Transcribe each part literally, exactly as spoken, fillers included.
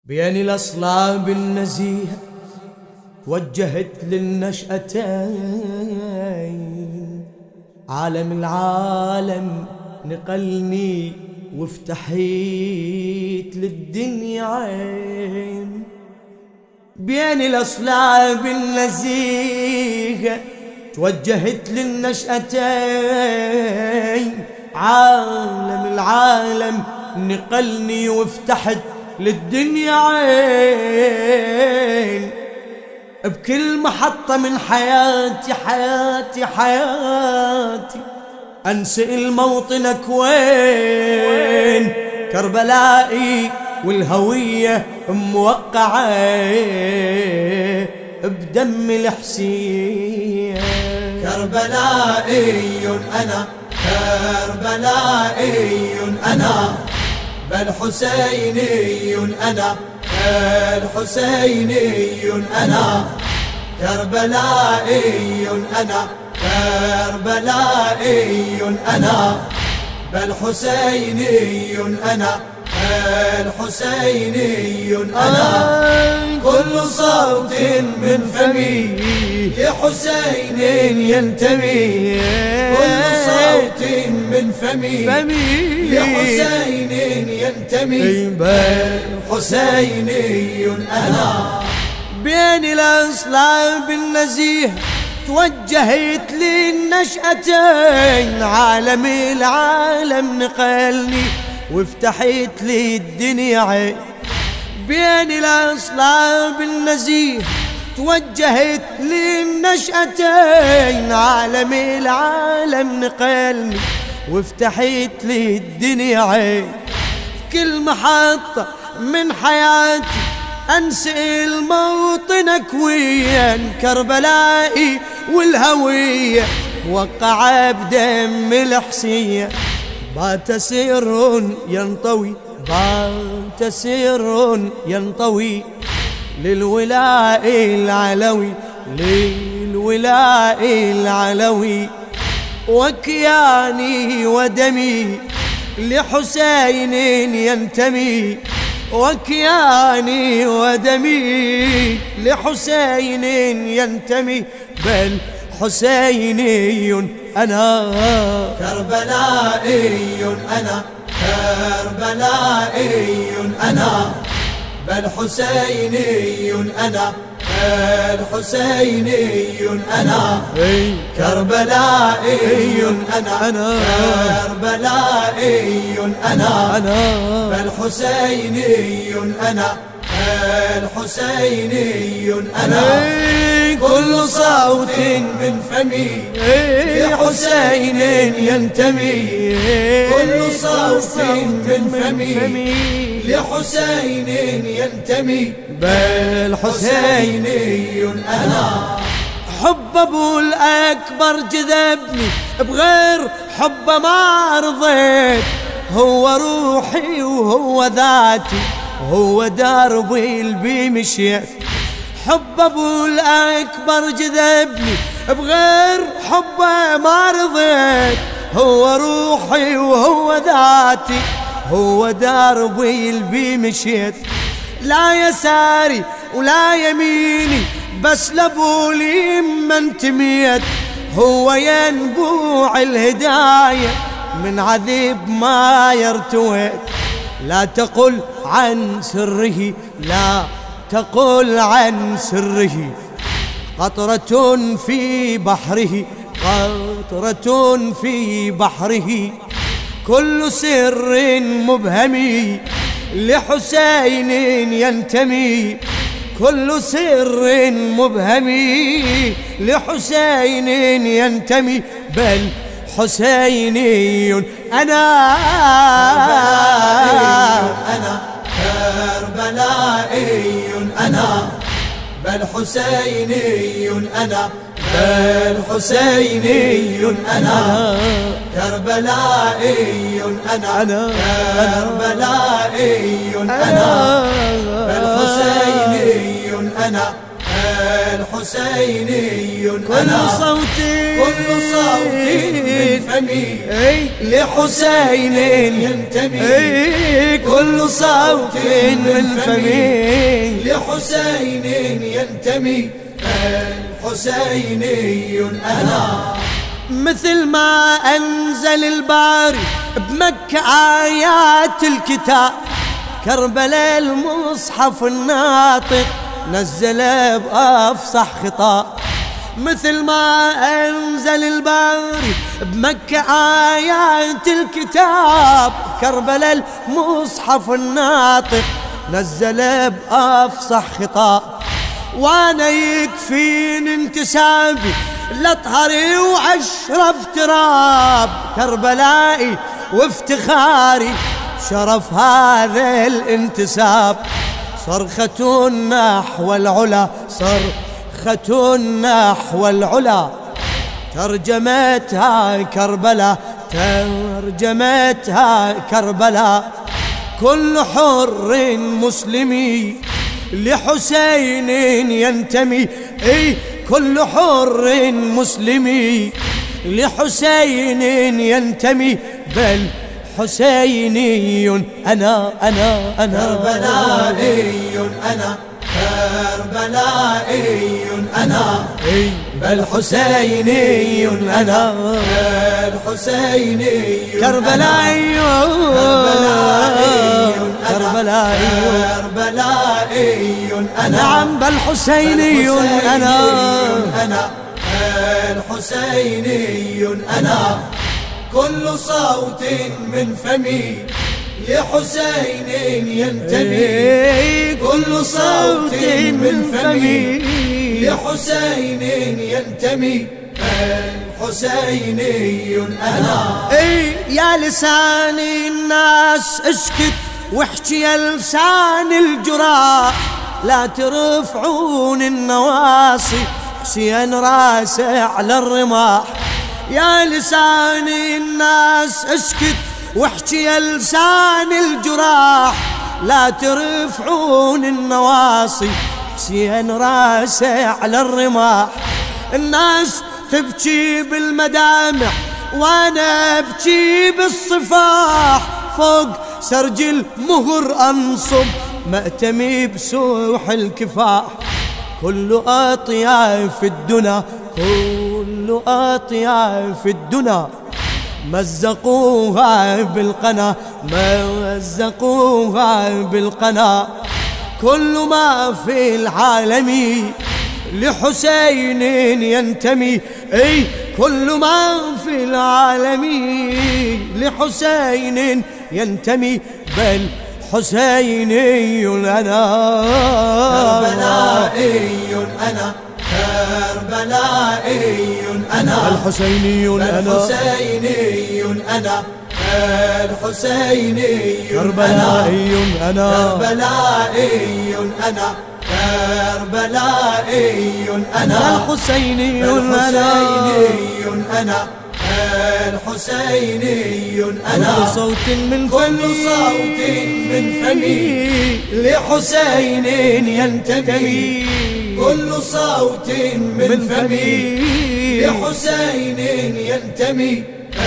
بين الأصلاب النزيهة توجهت للنشأتين، عالم العالم نقلني وافتحيت للدنيا عين. بين الأصلاب النزيهة توجهت للنشأتين، عالم العالم نقلني وافتحت للدنيا عين. بكل محطة من حياتي حياتي حياتي أنسأل موطنك وين، كربلائي والهوية موقعة بدم الحسين. كربلائي أنا كربلائي أنا بل حسيني أنا بل حسيني أنا كربلائي أنا كربلائي أنا بل حسيني أنا بل حسيني أنا كل صوت من فمي لحسين ينتمي، كل صوت من فمي لحسين ينتمي بل حسيني أنا. بين الأصلاب النزيهة توجهت للنشأتين، عالم العالم نقلني وافتحت لي الدنيا عين. بين الأصلاب النزيهة توجهت للنشأتين، عالم العالم نقلني وافتحت لي الدنيا عين. في كل محطة من حياتي أنسأل موطنك وين، كربلائي والهوية وقع بدم الحسين. بات سر ينطوي بات سر ينطوي للولاء العلوي للولاء العلوي، وكياني ودمي لحسين ينتمي، وكياني ودمي لحسين ينتمي بل حسيني أنا. كربلائي أنا كربلائي أنا بل حسيني أنا بل حسيني أنا كربلائي أنا كربلائي أنا بل حسيني أنا بل حسيني أنا كل صوت من فمي لحسين ينتمي، كل صوت من فمي لحسين ينتمي بل حسيني أنا. حب أبو الأكبر جذبني بغير حب ما رضيت، هو روحي وهو ذاتي وهو دربي اللي مشيت. حب أبو الأكبر جذبني بغير حبه ما رضيت، هو روحي وهو ذاتي هو دربي اللي مشيت. لا يساري ولا يميني بس لابو لي ما انتميت، هو ينبوع الهداية من عذيب ما يرتويت. لا تقل عن سره لا تقل عن سره، قطرة في بحره قطرة في بحره، كل سر مبهم لحسين ينتمي، كل سر مبهم لحسين ينتمي بل حسيني أنا. أنا كربلائي أنا بل حسيني أنا بل حسيني أنا كربلائي أنا كربلائي أنا بل حسيني أنا بل حسيني كل أنا صوتي كل صوتي من فمي اي لحسين ينتمي اي كل صوت من فمي لحسين ينتمي حسيني أنا مثل ما أنزل الباري بمكة آيات الكتاب كربلاء المصحف الناطق نزل بأفصح خطاب مثل ما أنزل الباري بمكة آيات الكتاب كربلاء المصحف الناطق نزل بأفصح خطاب وانا يكفيني انتسابي لطهري واشرف تراب كربلائي وافتخاري شرف هذا الانتساب صرخة نحو العلا صرخة نحو العلا ترجمتها كربلاء ترجمتها كربلاء كل حر مسلمي لحسين ينتمي اي كل حر مسلمي لحسين ينتمي بل حسيني أنا أنا أنا كربلائي أنا كربلائي أنا بل حسيني أنا بل حسيني كربلائي كربلائي كربلائي أنا نعم بل حسيني أنا أنا الحسيني أنا كل صوت من فمي لحسين ينتمي كل صوت من فمي لحسين ينتمي الحسيني أنا اي يا لسان الناس اسكت واحكي يا لسان الجراح لا ترفعون النواصي حسين راسه على الرماح يا لسان الناس اسكت واحكي يا لسان الجراح لا ترفعون النواصي حسين راسه على الرماح الناس تبكي بالمدامع وانا ابكي بالصفاح فوق سرج المهر انصب مأتمي بسوح الكفاح كل اطياف الدنا كل اطياف الدنا مزقوها بالقنا مزقوها بالقنا كل ما في العالم لحسين ينتمي اي كل ما في العالم لحسين ينتمي بل حسيني أنا كربلائي أنا كربلائي أنا الحسيني أنا الحسيني أنا الحسيني كربلائي أنا كربلائي أنا كربلائي أنا الحسيني أنا أنا الحسيني أنا كل صوت من كل فمي صوت من فمي لحسين ينتمي كل صوت من فمي لحسين ينتمي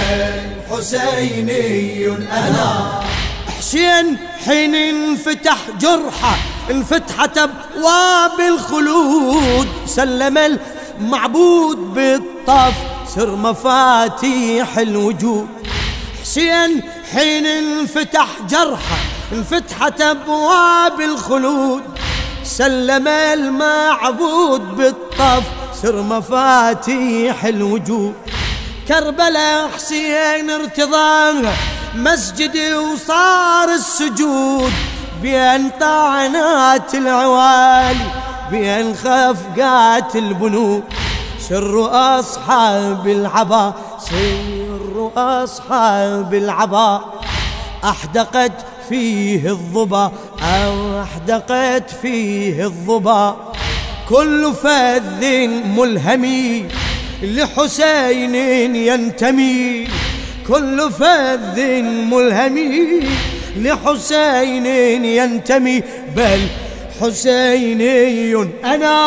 الحسيني أنا حسين حين انفتح جرحه انفتحت ابواب الخلود سلم المعبود بالطف سر مفاتيح الوجود حسين حين انفتح جرحه انفتحت ابواب الخلود سلم المعبود بالطف سر مفاتيح الوجود كربلاء حسين ارتضاها مسجدي وصار السجود بين طعنات العوالي بين خفقات البنود سر أصحاب العبا سر أصحاب العبا أحدقت فيه الظبا أو أحدقت فيه الظبا كل فذ ملهمي لحسين ينتمي كل فذ ملهمي لحسين ينتمي بل حسيني أنا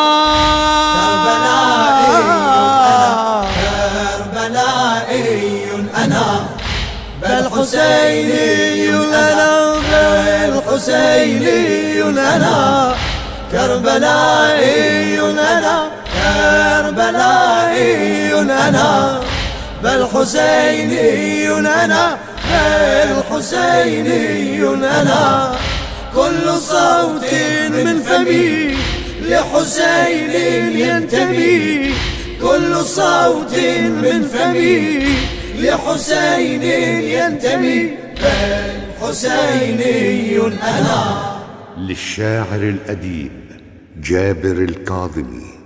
كربلائي أنا بل حسيني أنا بل حسيني أنا كربلائي أنا كربلائي أنا بل حسيني أنا بل حسيني أنا كل صوت من فمي لحسين ينتمي كل صوت من فمي لحسين ينتمي بل حسيني أنا. للشاعر الأديب جابر الكاظمي.